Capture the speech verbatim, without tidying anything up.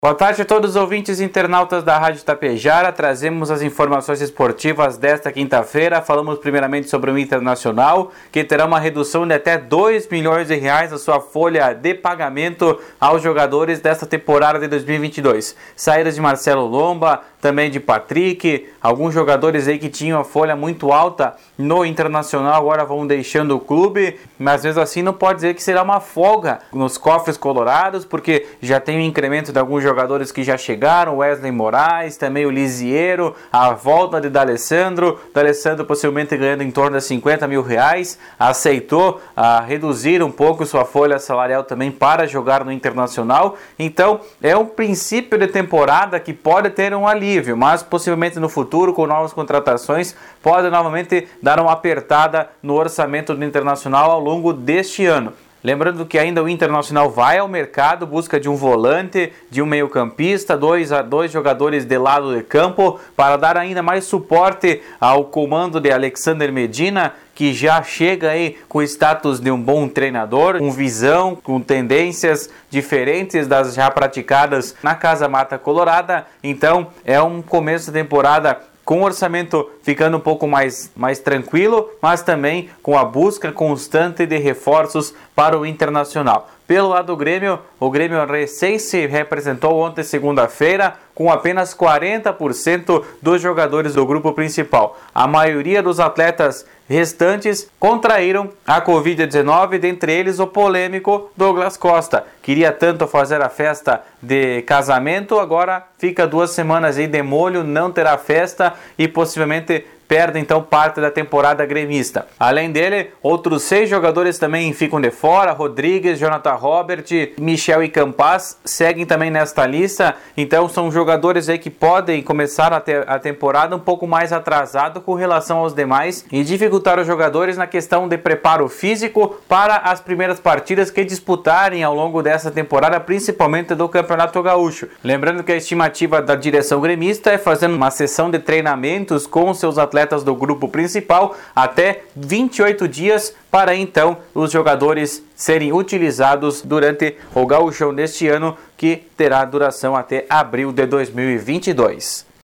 Boa tarde a todos os ouvintes e internautas da Rádio Tapejara. Trazemos as informações esportivas desta quinta-feira. Falamos primeiramente sobre o Internacional, que terá uma redução de até dois milhões de reais na sua folha de pagamento aos jogadores desta temporada de dois mil e vinte e dois. Saídas de Marcelo Lomba, também de Patrick, alguns jogadores aí que tinham a folha muito alta no Internacional agora vão deixando o clube, mas mesmo assim não pode dizer que será uma folga nos cofres colorados, porque já tem um incremento de alguns jogadores que já chegaram, Wesley Moraes, também o Lisiero, a volta de D'Alessandro, D'Alessandro possivelmente ganhando em torno de cinquenta mil reais, aceitou a reduzir um pouco sua folha salarial também para jogar no Internacional, então é um princípio de temporada que pode ter um alívio, mas possivelmente no futuro, com novas contratações, pode novamente dar uma apertada no orçamento do Internacional ao longo deste ano. Lembrando que ainda o Internacional vai ao mercado, busca de um volante, de um meio-campista, dois a dois jogadores de lado de campo, para dar ainda mais suporte ao comando de Alexander Medina, que já chega aí com o status de um bom treinador, com visão, com tendências diferentes das já praticadas na Casa Mata Colorada. Então é um começo de temporada com o orçamento ficando um pouco mais, mais tranquilo, mas também com a busca constante de reforços para o Internacional. Pelo lado do Grêmio, o Grêmio recém se representou ontem, segunda-feira, com apenas quarenta por cento dos jogadores do grupo principal. A maioria dos atletas restantes contraíram a covid dezenove, dentre eles o polêmico Douglas Costa. Queria tanto fazer a festa de casamento, agora fica duas semanas aí de molho, não terá festa e possivelmente perde então parte da temporada gremista. Além dele, outros seis jogadores também ficam de fora. Rodrigues, Jonathan Robert, Michel e Campas seguem também nesta lista. Então são jogadores aí que podem começar a, te a temporada um pouco mais atrasado com relação aos demais e dificultar os jogadores na questão de preparo físico para as primeiras partidas que disputarem ao longo dessa temporada, principalmente do Campeonato Gaúcho. Lembrando que a estimativa da direção gremista é fazer uma sessão de treinamentos com seus atletas do grupo principal até vinte e oito dias para então os jogadores serem utilizados durante o Gauchão deste ano, que terá duração até abril de dois mil e vinte e dois.